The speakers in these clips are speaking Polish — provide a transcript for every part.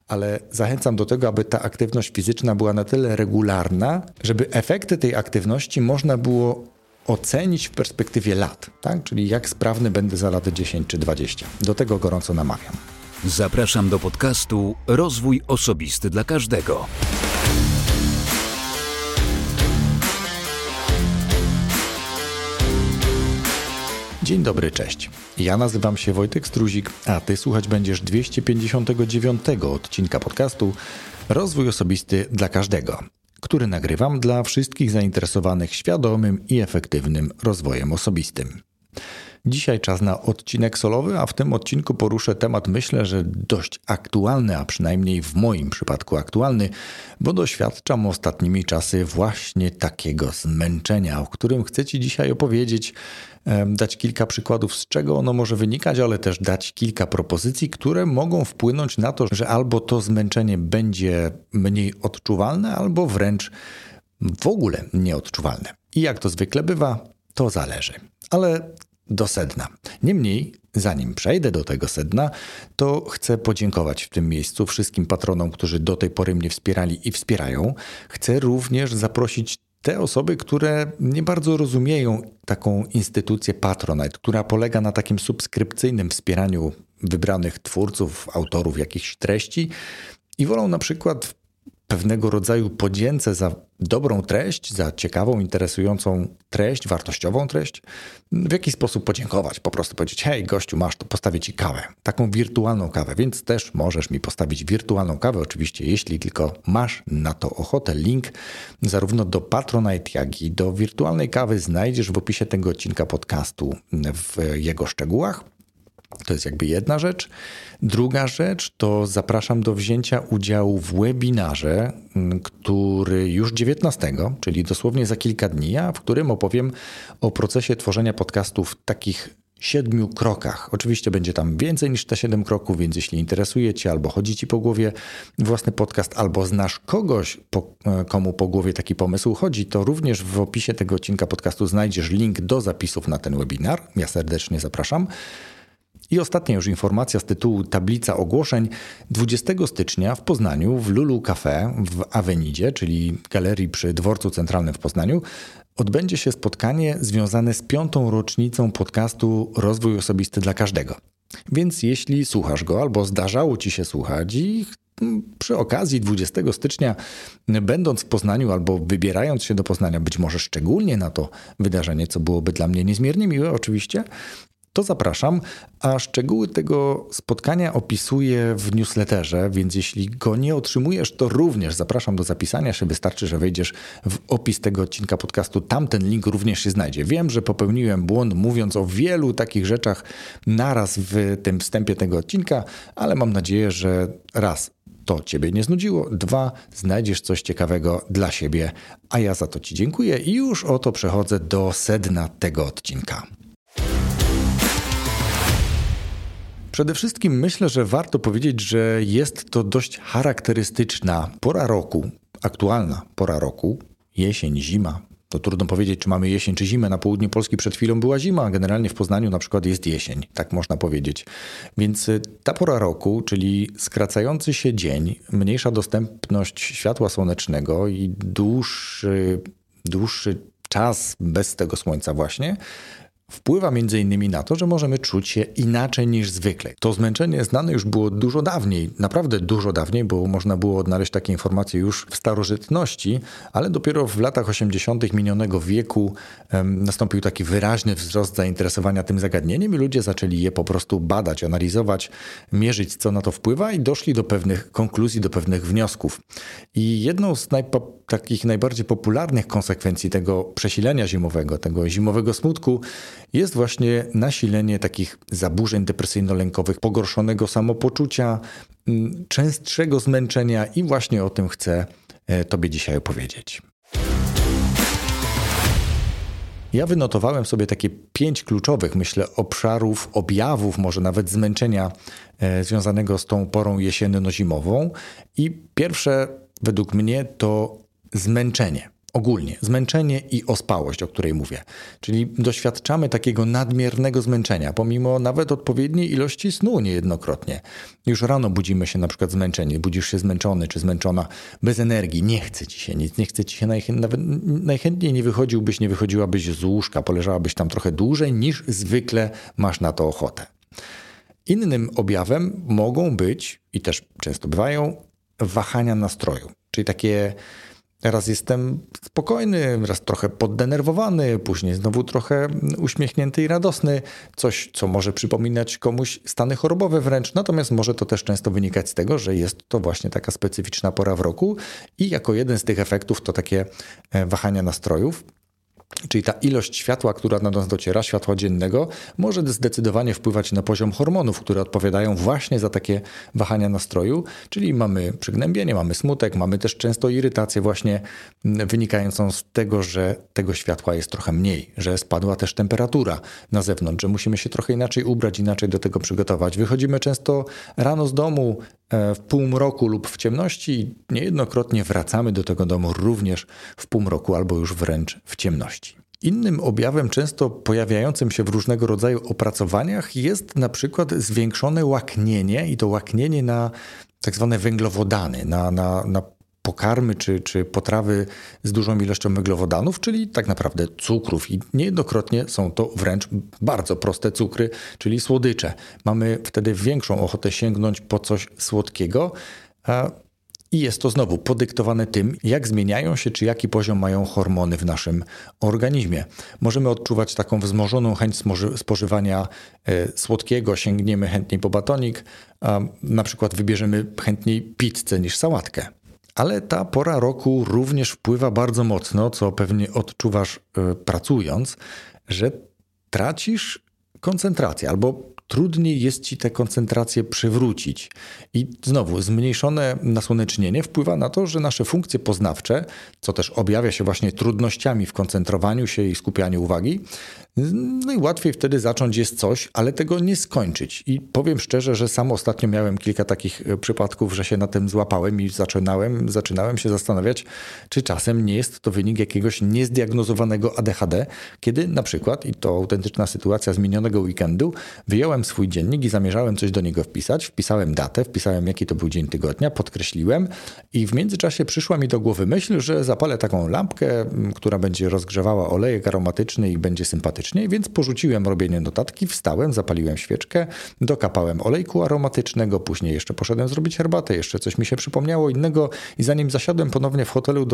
ale zachęcam do tego, aby ta aktywność fizyczna była na tyle regularna, żeby efekty tej aktywności można było ocenić w perspektywie lat, tak? Czyli jak sprawny będę za lat 10 czy 20. Do tego gorąco namawiam. Zapraszam do podcastu Rozwój Osobisty dla Każdego. Dzień dobry, cześć. Ja nazywam się Wojtek Struzik, a Ty słuchać będziesz 259 odcinka podcastu Rozwój Osobisty dla Każdego, który nagrywam dla wszystkich zainteresowanych świadomym i efektywnym rozwojem osobistym. Dzisiaj czas na odcinek solowy, a w tym odcinku poruszę temat, myślę, że dość aktualny, a przynajmniej w moim przypadku aktualny, bo doświadczam ostatnimi czasy właśnie takiego zmęczenia, o którym chcę Ci dzisiaj opowiedzieć, dać kilka przykładów, z czego ono może wynikać, ale też dać kilka propozycji, które mogą wpłynąć na to, że albo to zmęczenie będzie mniej odczuwalne, albo wręcz w ogóle nieodczuwalne. I jak to zwykle bywa, to zależy. Ale do sedna. Niemniej, zanim przejdę do tego sedna, to chcę podziękować w tym miejscu wszystkim patronom, którzy do tej pory mnie wspierali i wspierają. Chcę również zaprosić te osoby, które nie bardzo rozumieją taką instytucję Patronite, która polega na takim subskrypcyjnym wspieraniu wybranych twórców, autorów jakichś treści i wolą na przykład pewnego rodzaju podzięce za dobrą treść, za ciekawą, interesującą treść, wartościową treść, w jakiś sposób podziękować, po prostu powiedzieć: hej gościu, masz, to postawię Ci kawę, taką wirtualną kawę, więc też możesz mi postawić wirtualną kawę, oczywiście jeśli tylko masz na to ochotę. Link zarówno do Patronite, jak i do wirtualnej kawy znajdziesz w opisie tego odcinka podcastu w jego szczegółach. To jest jakby jedna rzecz. Druga rzecz to zapraszam do wzięcia udziału w webinarze, który już 19, czyli dosłownie za kilka dni, a w którym opowiem o procesie tworzenia podcastu w takich 7 krokach. Oczywiście będzie tam więcej niż te 7 kroków, więc jeśli interesuje Cię albo chodzi Ci po głowie własny podcast, albo znasz kogoś, komu po głowie taki pomysł chodzi, to również w opisie tego odcinka podcastu znajdziesz link do zapisów na ten webinar. Ja serdecznie zapraszam. I ostatnia już informacja z tytułu Tablica ogłoszeń. 20 stycznia w Poznaniu w Lulu Cafe w Avenidzie, czyli galerii przy Dworcu Centralnym w Poznaniu, odbędzie się spotkanie związane z 5. rocznicą podcastu Rozwój Osobisty dla Każdego. Więc jeśli słuchasz go albo zdarzało Ci się słuchać i przy okazji 20 stycznia, będąc w Poznaniu albo wybierając się do Poznania, być może szczególnie na to wydarzenie, co byłoby dla mnie niezmiernie miłe oczywiście, to zapraszam, a szczegóły tego spotkania opisuję w newsletterze, więc jeśli go nie otrzymujesz, to również zapraszam do zapisania się. Wystarczy, że wejdziesz w opis tego odcinka podcastu, tam ten link również się znajdzie. Wiem, że popełniłem błąd mówiąc o wielu takich rzeczach naraz w tym wstępie tego odcinka, ale mam nadzieję, że raz, to Ciebie nie znudziło, 2, znajdziesz coś ciekawego dla siebie, a ja za to Ci dziękuję i już oto przechodzę do sedna tego odcinka. Przede wszystkim myślę, że warto powiedzieć, że jest to dość charakterystyczna pora roku, aktualna pora roku, jesień, zima. To trudno powiedzieć, czy mamy jesień, czy zimę. Na południu Polski przed chwilą była zima, a generalnie w Poznaniu na przykład jest jesień, tak można powiedzieć. Więc ta pora roku, czyli skracający się dzień, mniejsza dostępność światła słonecznego i dłuższy czas bez tego słońca właśnie, wpływa m.in. na to, że możemy czuć się inaczej niż zwykle. To zmęczenie znane już było dużo dawniej, naprawdę dużo dawniej, bo można było odnaleźć takie informacje już w starożytności, ale dopiero w latach 80. minionego wieku nastąpił taki wyraźny wzrost zainteresowania tym zagadnieniem i ludzie zaczęli je po prostu badać, analizować, mierzyć, co na to wpływa i doszli do pewnych konkluzji, do pewnych wniosków. I jedną z takich najbardziej popularnych konsekwencji tego przesilenia zimowego, tego zimowego smutku jest właśnie nasilenie takich zaburzeń depresyjno-lękowych, pogorszonego samopoczucia, częstszego zmęczenia i właśnie o tym chcę Tobie dzisiaj opowiedzieć. Ja wynotowałem sobie takie 5 kluczowych, myślę, obszarów, objawów, może nawet zmęczenia związanego z tą porą jesienno-zimową i pierwsze według mnie to zmęczenie. Ogólnie zmęczenie i ospałość, o której mówię. Czyli doświadczamy takiego nadmiernego zmęczenia, pomimo nawet odpowiedniej ilości snu niejednokrotnie. Już rano budzimy się na przykład zmęczeni, budzisz się zmęczony czy zmęczona, bez energii, nie chce ci się nic, nie chce ci się nawet najchętniej nie wychodziłabyś z łóżka, poleżałabyś tam trochę dłużej niż zwykle masz na to ochotę. Innym objawem mogą być, i też często bywają, wahania nastroju, czyli takie raz jestem spokojny, raz trochę poddenerwowany, później znowu trochę uśmiechnięty i radosny. Coś, co może przypominać komuś stany chorobowe wręcz, natomiast może to też często wynikać z tego, że jest to właśnie taka specyficzna pora w roku i jako jeden z tych efektów to takie wahania nastrojów. Czyli ta ilość światła, która do nas dociera, światła dziennego, może zdecydowanie wpływać na poziom hormonów, które odpowiadają właśnie za takie wahania nastroju, czyli mamy przygnębienie, mamy smutek, mamy też często irytację właśnie wynikającą z tego, że tego światła jest trochę mniej, że spadła też temperatura na zewnątrz, że musimy się trochę inaczej ubrać, inaczej do tego przygotować. Wychodzimy często rano z domu w półmroku lub w ciemności i niejednokrotnie wracamy do tego domu również w półmroku albo już wręcz w ciemności. Innym objawem często pojawiającym się w różnego rodzaju opracowaniach jest na przykład zwiększone łaknienie i to łaknienie na tak zwane węglowodany, na pokarmy czy potrawy z dużą ilością węglowodanów, czyli tak naprawdę cukrów i niejednokrotnie są to wręcz bardzo proste cukry, czyli słodycze. Mamy wtedy większą ochotę sięgnąć po coś słodkiego, i jest to znowu podyktowane tym, jak zmieniają się, czy jaki poziom mają hormony w naszym organizmie. Możemy odczuwać taką wzmożoną chęć spożywania słodkiego, sięgniemy chętniej po batonik, na przykład wybierzemy chętniej pizzę niż sałatkę. Ale ta pora roku również wpływa bardzo mocno, co pewnie odczuwasz pracując, że tracisz koncentrację albo trudniej jest ci tę koncentrację przywrócić. I znowu zmniejszone nasłonecznienie wpływa na to, że nasze funkcje poznawcze, co też objawia się właśnie trudnościami w koncentrowaniu się i skupianiu uwagi, najłatwiej wtedy zacząć jest coś, ale tego nie skończyć. I powiem szczerze, że sam ostatnio miałem kilka takich przypadków, że się na tym złapałem i zaczynałem się zastanawiać, czy czasem nie jest to wynik jakiegoś niezdiagnozowanego ADHD, kiedy na przykład, i to autentyczna sytuacja z minionego weekendu, wyjąłem swój dziennik i zamierzałem coś do niego wpisać, wpisałem datę, wpisałem jaki to był dzień tygodnia, podkreśliłem i w międzyczasie przyszła mi do głowy myśl, że zapalę taką lampkę, która będzie rozgrzewała olejek aromatyczny i będzie sympatyczny. Więc porzuciłem robienie notatki, wstałem, zapaliłem świeczkę, dokapałem olejku aromatycznego, później jeszcze poszedłem zrobić herbatę, jeszcze coś mi się przypomniało innego i zanim zasiadłem ponownie w hotelu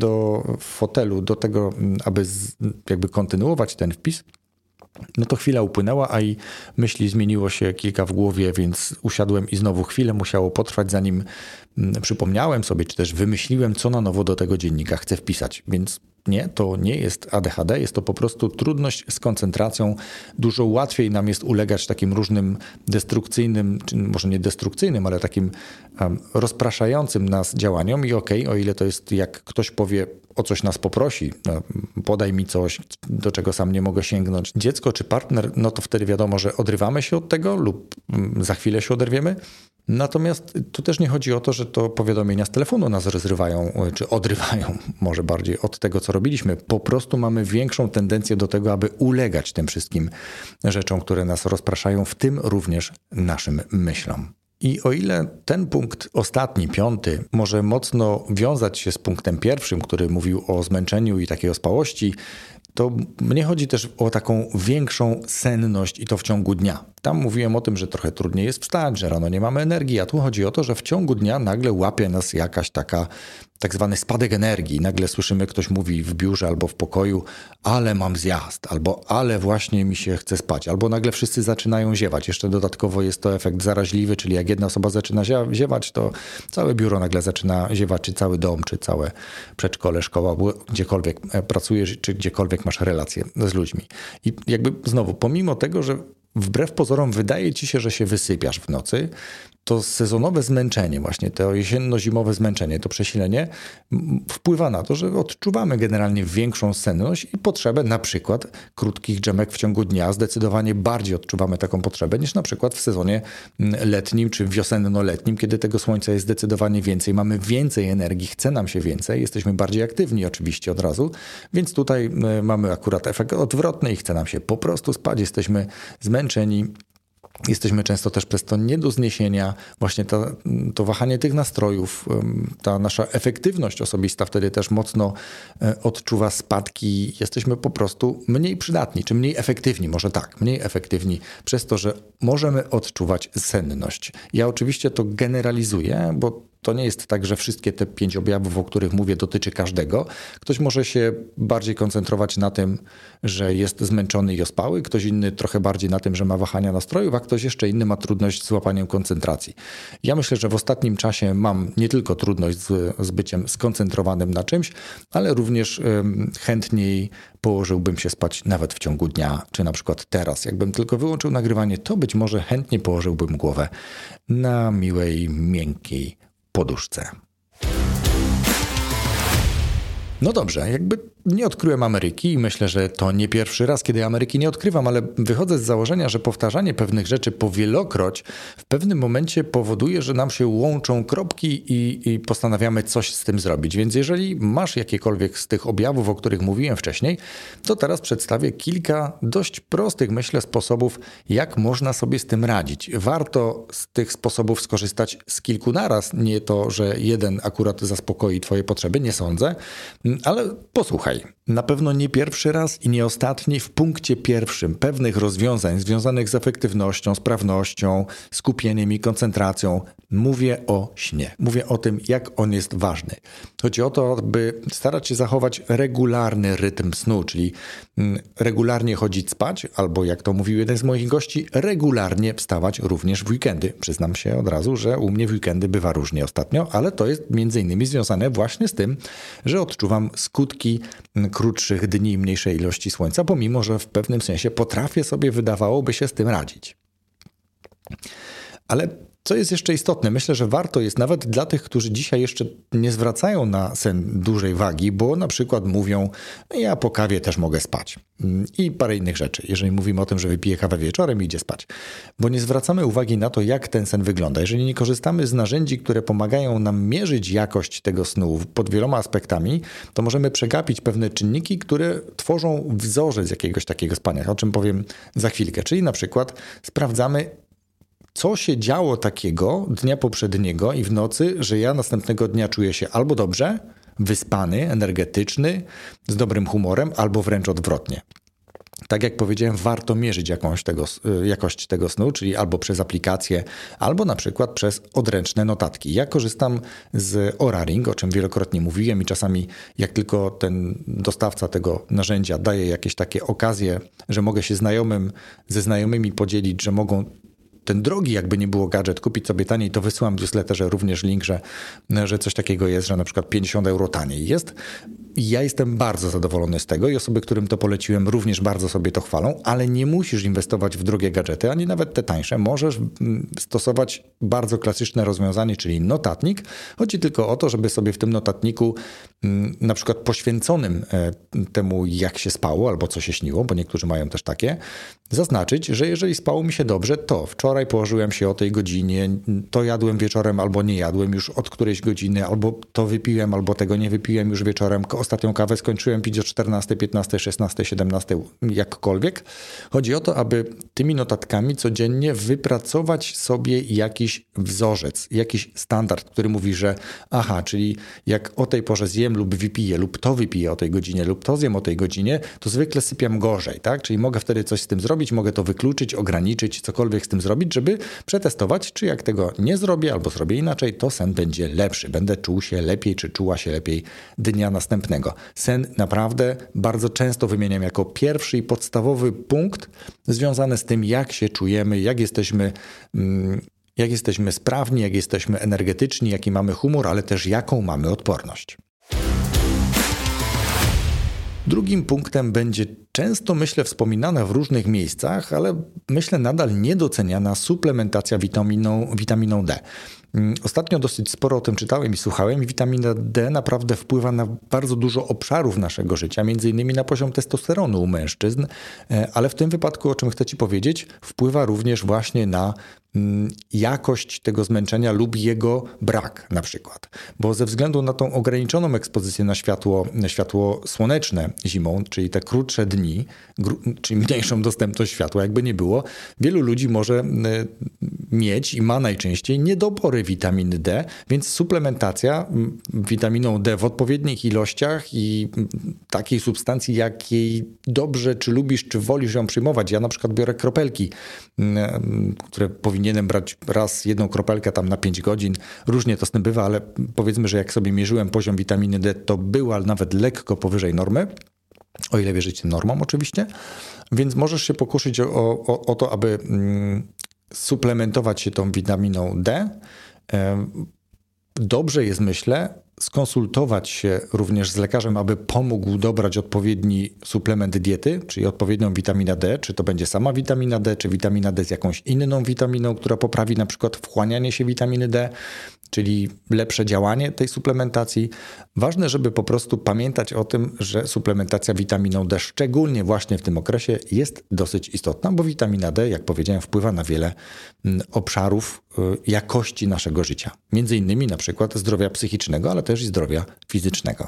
do tego, aby jakby kontynuować ten wpis, no to chwila upłynęła, a i myśli zmieniło się kilka w głowie, więc usiadłem i znowu chwilę musiało potrwać, zanim przypomniałem sobie, czy też wymyśliłem, co na nowo do tego dziennika chcę wpisać, więc nie, to nie jest ADHD, jest to po prostu trudność z koncentracją. Dużo łatwiej nam jest ulegać takim różnym destrukcyjnym, czy może nie destrukcyjnym, ale takim rozpraszającym nas działaniom i o ile to jest, jak ktoś powie, o coś nas poprosi, podaj mi coś, do czego sam nie mogę sięgnąć, dziecko czy partner, no to wtedy wiadomo, że odrywamy się od tego lub za chwilę się oderwiemy. Natomiast tu też nie chodzi o to, że to powiadomienia z telefonu nas rozrywają, czy odrywają może bardziej od tego, co robiliśmy. Po prostu mamy większą tendencję do tego, aby ulegać tym wszystkim rzeczom, które nas rozpraszają, w tym również naszym myślom. I o ile ten punkt ostatni, 5, może mocno wiązać się z punktem pierwszym, który mówił o zmęczeniu i takiej ospałości, to mnie chodzi też o taką większą senność i to w ciągu dnia. Tam mówiłem o tym, że trochę trudniej jest wstać, że rano nie mamy energii, a tu chodzi o to, że w ciągu dnia nagle łapie nas jakaś taka tak zwany spadek energii. Nagle słyszymy, ktoś mówi w biurze albo w pokoju, ale mam zjazd, albo ale właśnie mi się chce spać, albo nagle wszyscy zaczynają ziewać. Jeszcze dodatkowo jest to efekt zaraźliwy, czyli jak jedna osoba zaczyna ziewać, to całe biuro nagle zaczyna ziewać, czy cały dom, czy całe przedszkole, szkoła, gdziekolwiek pracujesz, czy gdziekolwiek masz relacje z ludźmi. I jakby znowu, pomimo tego, że wbrew pozorom wydaje ci się, że się wysypiasz w nocy, to sezonowe zmęczenie, właśnie to jesienno-zimowe zmęczenie, to przesilenie wpływa na to, że odczuwamy generalnie większą senność i potrzebę na przykład krótkich dżemek w ciągu dnia. Zdecydowanie bardziej odczuwamy taką potrzebę niż na przykład w sezonie letnim czy wiosenno-letnim, kiedy tego słońca jest zdecydowanie więcej, mamy więcej energii, chce nam się więcej, jesteśmy bardziej aktywni oczywiście od razu, więc tutaj mamy akurat efekt odwrotny i chce nam się po prostu spać, jesteśmy zmęczeni. Jesteśmy często też przez to nie do zniesienia, właśnie to wahanie tych nastrojów, ta nasza efektywność osobista wtedy też mocno odczuwa spadki. Jesteśmy po prostu mniej przydatni, czy mniej efektywni, może tak, mniej efektywni przez to, że możemy odczuwać senność. Ja oczywiście to generalizuję, bo to nie jest tak, że wszystkie te 5 objawów, o których mówię, dotyczy każdego. Ktoś może się bardziej koncentrować na tym, że jest zmęczony i ospały, ktoś inny trochę bardziej na tym, że ma wahania nastrojów, a ktoś jeszcze inny ma trudność z łapaniem koncentracji. Ja myślę, że w ostatnim czasie mam nie tylko trudność z byciem skoncentrowanym na czymś, ale również chętniej położyłbym się spać nawet w ciągu dnia, czy na przykład teraz. Jakbym tylko wyłączył nagrywanie, to być może chętnie położyłbym głowę na miłej, miękkiej poduszce. No dobrze, jakby nie odkryłem Ameryki i myślę, że to nie pierwszy raz, kiedy Ameryki nie odkrywam, ale wychodzę z założenia, że powtarzanie pewnych rzeczy powielokroć w pewnym momencie powoduje, że nam się łączą kropki i postanawiamy coś z tym zrobić. Więc jeżeli masz jakiekolwiek z tych objawów, o których mówiłem wcześniej, to teraz przedstawię kilka dość prostych, myślę, sposobów, jak można sobie z tym radzić. Warto z tych sposobów skorzystać z kilku naraz, nie to, że jeden akurat zaspokoi twoje potrzeby, nie sądzę, ale posłuchaj. Na pewno nie pierwszy raz i nie ostatni w punkcie pierwszym pewnych rozwiązań związanych z efektywnością, sprawnością, skupieniem i koncentracją. Mówię o śnie. Mówię o tym, jak on jest ważny. Chodzi o to, by starać się zachować regularny rytm snu, czyli regularnie chodzić spać, albo jak to mówił jeden z moich gości, regularnie wstawać również w weekendy. Przyznam się od razu, że u mnie w weekendy bywa różnie ostatnio, ale to jest między innymi związane właśnie z tym, że odczuwam skutki krótszych dni i mniejszej ilości słońca, pomimo że w pewnym sensie potrafię sobie, wydawałoby się, z tym radzić. Ale co jest jeszcze istotne, myślę, że warto jest nawet dla tych, którzy dzisiaj jeszcze nie zwracają na sen dużej wagi, bo na przykład mówią, ja po kawie też mogę spać i parę innych rzeczy, jeżeli mówimy o tym, że wypiję kawę wieczorem i idzie spać, bo nie zwracamy uwagi na to, jak ten sen wygląda. Jeżeli nie korzystamy z narzędzi, które pomagają nam mierzyć jakość tego snu pod wieloma aspektami, to możemy przegapić pewne czynniki, które tworzą wzorzec jakiegoś takiego spania, o czym powiem za chwilkę, czyli na przykład sprawdzamy, co się działo takiego dnia poprzedniego i w nocy, że ja następnego dnia czuję się albo dobrze, wyspany, energetyczny, z dobrym humorem, albo wręcz odwrotnie. Tak jak powiedziałem, warto mierzyć jakość tego snu, czyli albo przez aplikację, albo na przykład przez odręczne notatki. Ja korzystam z Oura Ring, o czym wielokrotnie mówiłem i czasami jak tylko ten dostawca tego narzędzia daje jakieś takie okazje, że mogę się ze znajomymi podzielić, że mogą ten drogi, jakby nie było gadżet, kupić sobie taniej, to wysyłam w newsletterze również link, że coś takiego jest, że na przykład 50 euro taniej jest. I ja jestem bardzo zadowolony z tego i osoby, którym to poleciłem, również bardzo sobie to chwalą, ale nie musisz inwestować w drogie gadżety, ani nawet te tańsze. Możesz stosować bardzo klasyczne rozwiązanie, czyli notatnik. Chodzi tylko o to, żeby sobie w tym notatniku, na przykład poświęconym temu, jak się spało albo co się śniło, bo niektórzy mają też takie, zaznaczyć, że jeżeli spało mi się dobrze, to wczoraj położyłem się o tej godzinie, to jadłem wieczorem albo nie jadłem już od którejś godziny, albo to wypiłem, albo tego nie wypiłem już wieczorem. Ostatnią kawę skończyłem pić o 14, 15, 16, 17, jakkolwiek. Chodzi o to, aby tymi notatkami codziennie wypracować sobie jakiś wzorzec, jakiś standard, który mówi, że czyli jak o tej porze zjem lub wypiję, lub to wypiję o tej godzinie, lub to zjem o tej godzinie, to zwykle sypiam gorzej, tak? Czyli mogę wtedy coś z tym zrobić, mogę to wykluczyć, ograniczyć, cokolwiek z tym zrobić, żeby przetestować, czy jak tego nie zrobię albo zrobię inaczej, to sen będzie lepszy. Będę czuł się lepiej, czy czuła się lepiej dnia następnego. Sen naprawdę bardzo często wymieniam jako pierwszy i podstawowy punkt związany z tym, jak się czujemy, jak jesteśmy sprawni, jak jesteśmy energetyczni, jaki mamy humor, ale też jaką mamy odporność. Drugim punktem będzie często, myślę, wspominana w różnych miejscach, ale myślę nadal niedoceniana suplementacja witaminą D. Ostatnio dosyć sporo o tym czytałem i słuchałem i witamina D naprawdę wpływa na bardzo dużo obszarów naszego życia, między innymi na poziom testosteronu u mężczyzn, ale w tym wypadku, o czym chcę Ci powiedzieć, wpływa również właśnie na jakość tego zmęczenia lub jego brak na przykład. Bo ze względu na tą ograniczoną ekspozycję na światło słoneczne zimą, czyli te krótsze dni, czyli mniejszą dostępność światła, jakby nie było, wielu ludzi może mieć i ma najczęściej niedobory witaminy D, więc suplementacja witaminą D w odpowiednich ilościach i takiej substancji, jakiej dobrze, czy lubisz, czy wolisz ją przyjmować. Ja na przykład biorę kropelki, które powinienem brać raz jedną kropelkę tam na 5 godzin. Różnie to z tym bywa, ale powiedzmy, że jak sobie mierzyłem poziom witaminy D, to była nawet lekko powyżej normy, o ile wierzycie normom oczywiście, więc możesz się pokuszyć o to, aby suplementować się tą witaminą D. Dobrze jest, myślę, skonsultować się również z lekarzem, aby pomógł dobrać odpowiedni suplement diety, czyli odpowiednią witaminę D, czy to będzie sama witamina D, czy witamina D z jakąś inną witaminą, która poprawi na przykład wchłanianie się witaminy D, czyli lepsze działanie tej suplementacji. Ważne, żeby po prostu pamiętać o tym, że suplementacja witaminą D, szczególnie właśnie w tym okresie, jest dosyć istotna, bo witamina D, jak powiedziałem, wpływa na wiele obszarów jakości naszego życia. Między innymi na przykład zdrowia psychicznego, ale też i zdrowia fizycznego.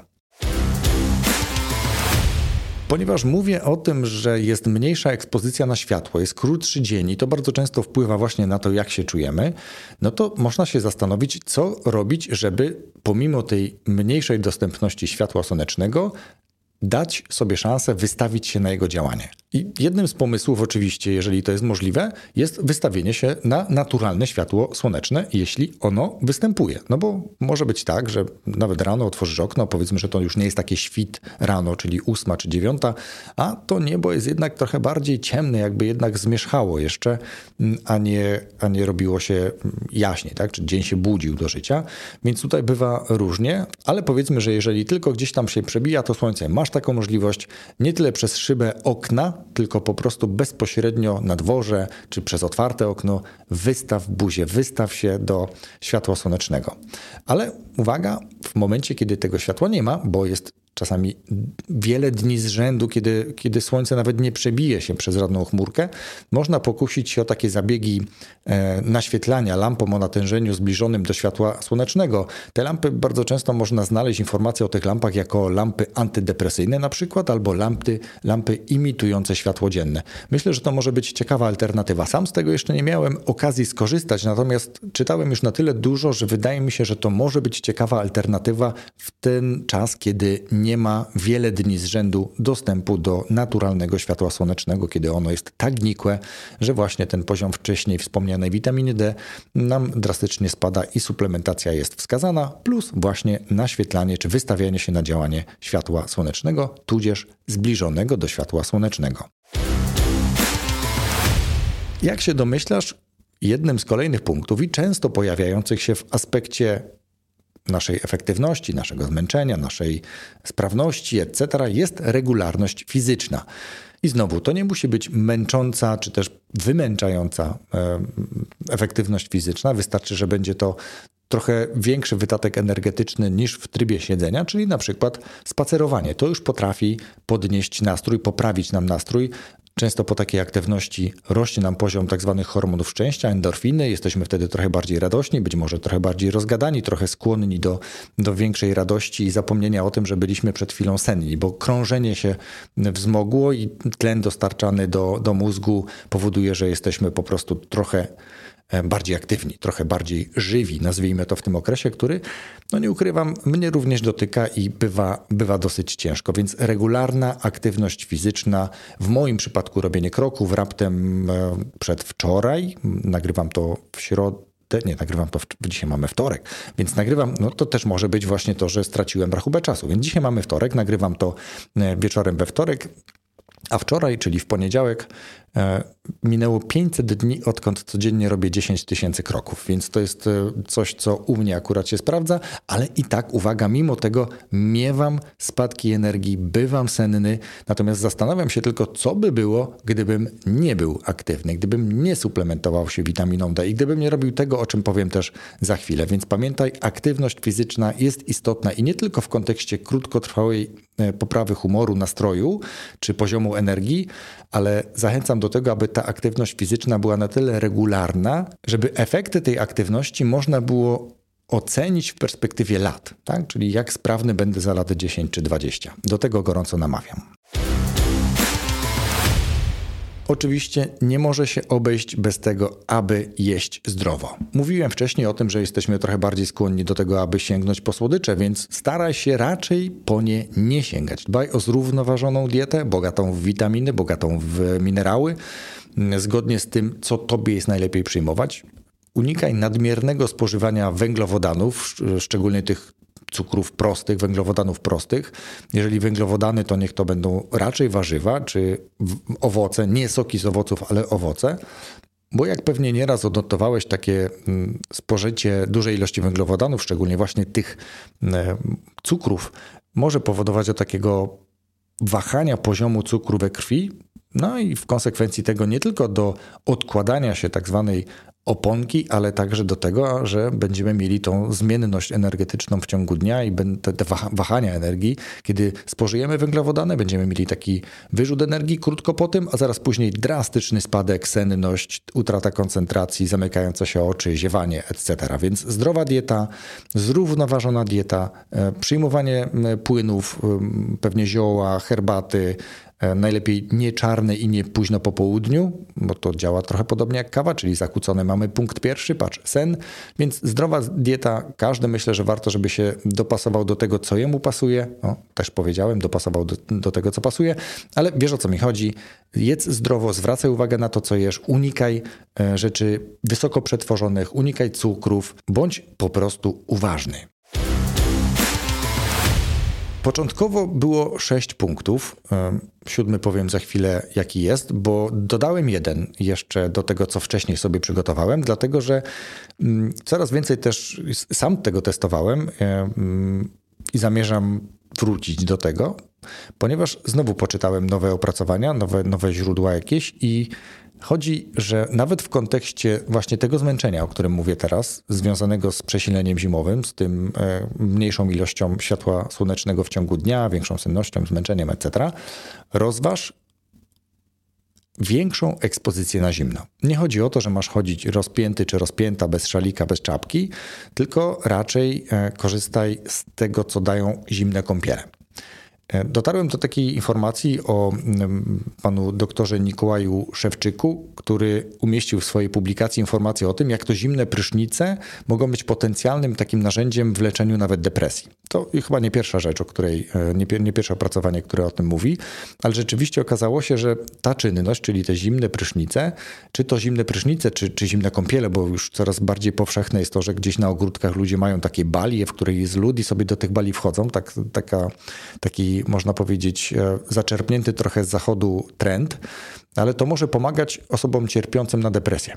Ponieważ mówię o tym, że jest mniejsza ekspozycja na światło, jest krótszy dzień i to bardzo często wpływa właśnie na to, jak się czujemy, no to można się zastanowić, co robić, żeby pomimo tej mniejszej dostępności światła słonecznego dać sobie szansę wystawić się na jego działanie. I jednym z pomysłów oczywiście, jeżeli to jest możliwe, jest wystawienie się na naturalne światło słoneczne, jeśli ono występuje. No bo może być tak, że nawet rano otworzysz okno, powiedzmy, że to już nie jest takie świt rano, czyli 8 czy 9, a to niebo jest jednak trochę bardziej ciemne, jakby jednak zmierzchało jeszcze, a nie robiło się jaśniej, tak? Czy dzień się budził do życia. Więc tutaj bywa różnie, ale powiedzmy, że jeżeli tylko gdzieś tam się przebija to słońce, masz taką możliwość nie tyle przez szybę okna, tylko po prostu bezpośrednio na dworze, czy przez otwarte okno wystaw buzię, wystaw się do światła słonecznego. Ale uwaga, w momencie, kiedy tego światła nie ma, bo jest czasami wiele dni z rzędu, kiedy słońce nawet nie przebije się przez żadną chmurkę, można pokusić się o takie zabiegi naświetlania lampą o natężeniu zbliżonym do światła słonecznego. Te lampy bardzo często można znaleźć informacje o tych lampach jako lampy antydepresyjne na przykład, albo lampy imitujące światło dzienne. Myślę, że to może być ciekawa alternatywa. Sam z tego jeszcze nie miałem okazji skorzystać, natomiast czytałem już na tyle dużo, że wydaje mi się, że to może być ciekawa alternatywa w ten czas, kiedy nie ma wiele dni z rzędu dostępu do naturalnego światła słonecznego, kiedy ono jest tak nikłe, że właśnie ten poziom wcześniej wspomnianej witaminy D nam drastycznie spada i suplementacja jest wskazana, plus właśnie naświetlanie czy wystawianie się na działanie światła słonecznego, tudzież zbliżonego do światła słonecznego. Jak się domyślasz, jednym z kolejnych punktów i często pojawiających się w aspekcie naszej efektywności, naszego zmęczenia, naszej sprawności, etc. jest regularność fizyczna. I znowu, to nie musi być męcząca, czy też wymęczająca efektywność fizyczna. Wystarczy, że będzie to trochę większy wydatek energetyczny niż w trybie siedzenia, czyli na przykład spacerowanie. To już potrafi podnieść nastrój, poprawić nam nastrój. Często po takiej aktywności rośnie nam poziom tak zwanych hormonów szczęścia, endorfiny. Jesteśmy wtedy trochę bardziej radośni, być może trochę bardziej rozgadani, trochę skłonni do większej radości i zapomnienia o tym, że byliśmy przed chwilą senni, bo krążenie się wzmogło i tlen dostarczany do mózgu powoduje, że jesteśmy po prostu trochę bardziej aktywni, trochę bardziej żywi, nazwijmy to w tym okresie, który, no nie ukrywam, mnie również dotyka i bywa dosyć ciężko, więc regularna aktywność fizyczna, w moim przypadku robienie kroków, raptem przedwczoraj, nagrywam to w środę, dzisiaj mamy wtorek, więc nagrywam, no to też może być właśnie to, że straciłem rachubę czasu, więc dzisiaj mamy wtorek, nagrywam to wieczorem we wtorek, a wczoraj, czyli w poniedziałek, Minęło 500 dni, odkąd codziennie robię 10 000 kroków, więc to jest coś, co u mnie akurat się sprawdza, ale i tak, uwaga, mimo tego miewam spadki energii, bywam senny, natomiast zastanawiam się tylko, co by było, gdybym nie był aktywny, gdybym nie suplementował się witaminą D i gdybym nie robił tego, o czym powiem też za chwilę. Więc pamiętaj, aktywność fizyczna jest istotna i nie tylko w kontekście krótkotrwałej poprawy humoru, nastroju czy poziomu energii, ale zachęcam do tego, aby ta aktywność fizyczna była na tyle regularna, żeby efekty tej aktywności można było ocenić w perspektywie lat, tak? Czyli jak sprawny będę za lat 10 czy 20. Do tego gorąco namawiam. Oczywiście nie może się obejść bez tego, aby jeść zdrowo. Mówiłem wcześniej o tym, że jesteśmy trochę bardziej skłonni do tego, aby sięgnąć po słodycze, więc staraj się raczej po nie nie sięgać. Dbaj o zrównoważoną dietę, bogatą w witaminy, bogatą w minerały, zgodnie z tym, co tobie jest najlepiej przyjmować. Unikaj nadmiernego spożywania węglowodanów, szczególnie tych cukrów prostych, węglowodanów prostych. Jeżeli węglowodany, to niech to będą raczej warzywa czy owoce, nie soki z owoców, ale owoce. Bo jak pewnie nieraz odnotowałeś, takie spożycie dużej ilości węglowodanów, szczególnie właśnie tych cukrów, może powodować do takiego wahania poziomu cukru we krwi, no i w konsekwencji tego nie tylko do odkładania się tak zwanej oponki, ale także do tego, że będziemy mieli tą zmienność energetyczną w ciągu dnia i te wahania energii. Kiedy spożyjemy węglowodany, będziemy mieli taki wyrzut energii krótko po tym, a zaraz później drastyczny spadek, senność, utrata koncentracji, zamykające się oczy, ziewanie, etc. Więc zdrowa dieta, zrównoważona dieta, przyjmowanie płynów, pewnie zioła, herbaty, najlepiej nie czarne i nie późno po południu, bo to działa trochę podobnie jak kawa, czyli zakłócony mamy punkt pierwszy, patrz, sen. Więc zdrowa dieta, każdy myślę, że warto, żeby się dopasował do tego, co jemu pasuje. No, też powiedziałem, dopasował do tego, co pasuje, ale wiesz, o co mi chodzi. Jedz zdrowo, zwracaj uwagę na to, co jesz, unikaj rzeczy wysoko przetworzonych, unikaj cukrów, bądź po prostu uważny. Początkowo było 6 punktów, 7 powiem za chwilę jaki jest, bo dodałem jeden jeszcze do tego, co wcześniej sobie przygotowałem, dlatego że coraz więcej też sam tego testowałem i zamierzam wrócić do tego, ponieważ znowu poczytałem nowe opracowania, nowe źródła jakieś i chodzi, że nawet w kontekście właśnie tego zmęczenia, o którym mówię teraz, związanego z przesileniem zimowym, z tym mniejszą ilością światła słonecznego w ciągu dnia, większą sennością, zmęczeniem, etc., rozważ większą ekspozycję na zimno. Nie chodzi o to, że masz chodzić rozpięty czy rozpięta, bez szalika, bez czapki, tylko raczej korzystaj z tego, co dają zimne kąpiele. Dotarłem do takiej informacji o panu doktorze Nikołaju Szewczyku, który umieścił w swojej publikacji informację o tym, jak to zimne prysznice mogą być potencjalnym takim narzędziem w leczeniu nawet depresji. To chyba nie pierwsza rzecz, o której, nie pierwsze opracowanie, które o tym mówi, ale rzeczywiście okazało się, że ta czynność, czyli te zimne prysznice, czy to zimne prysznice, czy zimne kąpiele, bo już coraz bardziej powszechne jest to, że gdzieś na ogródkach ludzie mają takie balie, w której jest lód i sobie do tych bali wchodzą, taki można powiedzieć zaczerpnięty trochę z zachodu trend, ale to może pomagać osobom cierpiącym na depresję.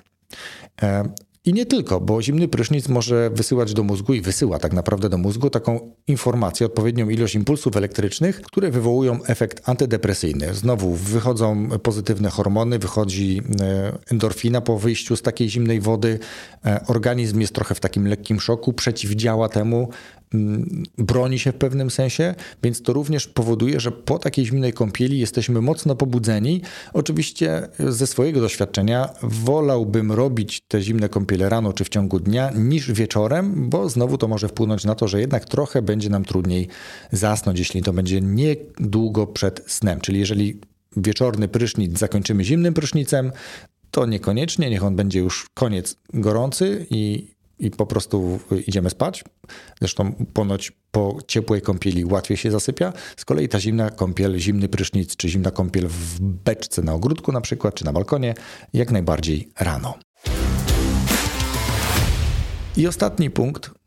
I nie tylko, bo zimny prysznic może wysyłać do mózgu i wysyła tak naprawdę do mózgu taką informację, odpowiednią ilość impulsów elektrycznych, które wywołują efekt antydepresyjny. Znowu wychodzą pozytywne hormony, wychodzi endorfina po wyjściu z takiej zimnej wody. Organizm jest trochę w takim lekkim szoku, przeciwdziała temu, broni się w pewnym sensie, więc to również powoduje, że po takiej zimnej kąpieli jesteśmy mocno pobudzeni. Oczywiście ze swojego doświadczenia wolałbym robić te zimne kąpiele rano czy w ciągu dnia niż wieczorem, bo znowu to może wpłynąć na to, że jednak trochę będzie nam trudniej zasnąć, jeśli to będzie niedługo przed snem. Czyli jeżeli wieczorny prysznic zakończymy zimnym prysznicem, to niekoniecznie, niech on będzie już koniec gorący i po prostu idziemy spać. Zresztą ponoć po ciepłej kąpieli łatwiej się zasypia. Z kolei ta zimna kąpiel, zimny prysznic czy zimna kąpiel w beczce na ogródku na przykład, czy na balkonie, jak najbardziej rano. I ostatni punkt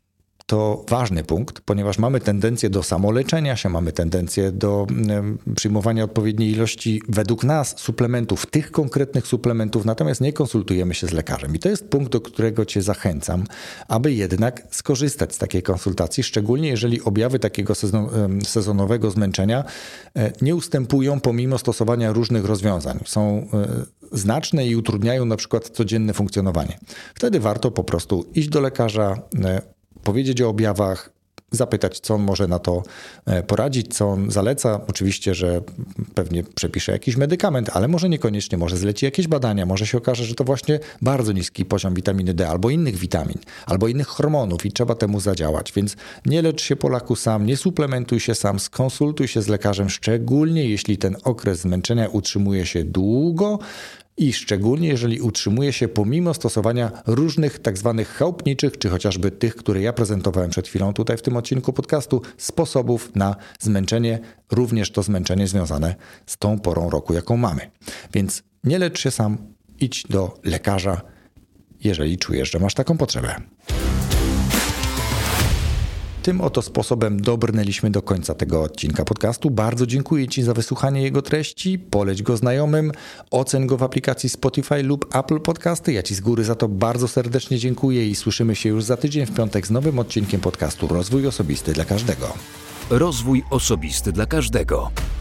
to ważny punkt, ponieważ mamy tendencję do samoleczenia się, mamy tendencję do przyjmowania odpowiedniej ilości według nas suplementów, tych konkretnych suplementów, natomiast nie konsultujemy się z lekarzem. I to jest punkt, do którego Cię zachęcam, aby jednak skorzystać z takiej konsultacji, szczególnie jeżeli objawy takiego sezonowego zmęczenia nie ustępują pomimo stosowania różnych rozwiązań. Są znaczne i utrudniają na przykład codzienne funkcjonowanie. Wtedy warto po prostu iść do lekarza, powiedzieć o objawach, zapytać, co on może na to poradzić, co on zaleca. Oczywiście, że pewnie przepisze jakiś medykament, ale może niekoniecznie, może zleci jakieś badania, może się okaże, że to właśnie bardzo niski poziom witaminy D albo innych witamin, albo innych hormonów i trzeba temu zadziałać. Więc nie lecz się, Polaku, sam, nie suplementuj się sam, skonsultuj się z lekarzem, szczególnie jeśli ten okres zmęczenia utrzymuje się długo, i szczególnie jeżeli utrzymuje się pomimo stosowania różnych tak zwanych chałupniczych, czy chociażby tych, które ja prezentowałem przed chwilą tutaj w tym odcinku podcastu, sposobów na zmęczenie, również to zmęczenie związane z tą porą roku, jaką mamy. Więc nie lecz się sam, idź do lekarza, jeżeli czujesz, że masz taką potrzebę. Tym oto sposobem dobrnęliśmy do końca tego odcinka podcastu. Bardzo dziękuję Ci za wysłuchanie jego treści. Poleć go znajomym, oceń go w aplikacji Spotify lub Apple Podcasty. Ja Ci z góry za to bardzo serdecznie dziękuję i słyszymy się już za tydzień w piątek z nowym odcinkiem podcastu Rozwój Osobisty dla Każdego. Rozwój osobisty dla każdego.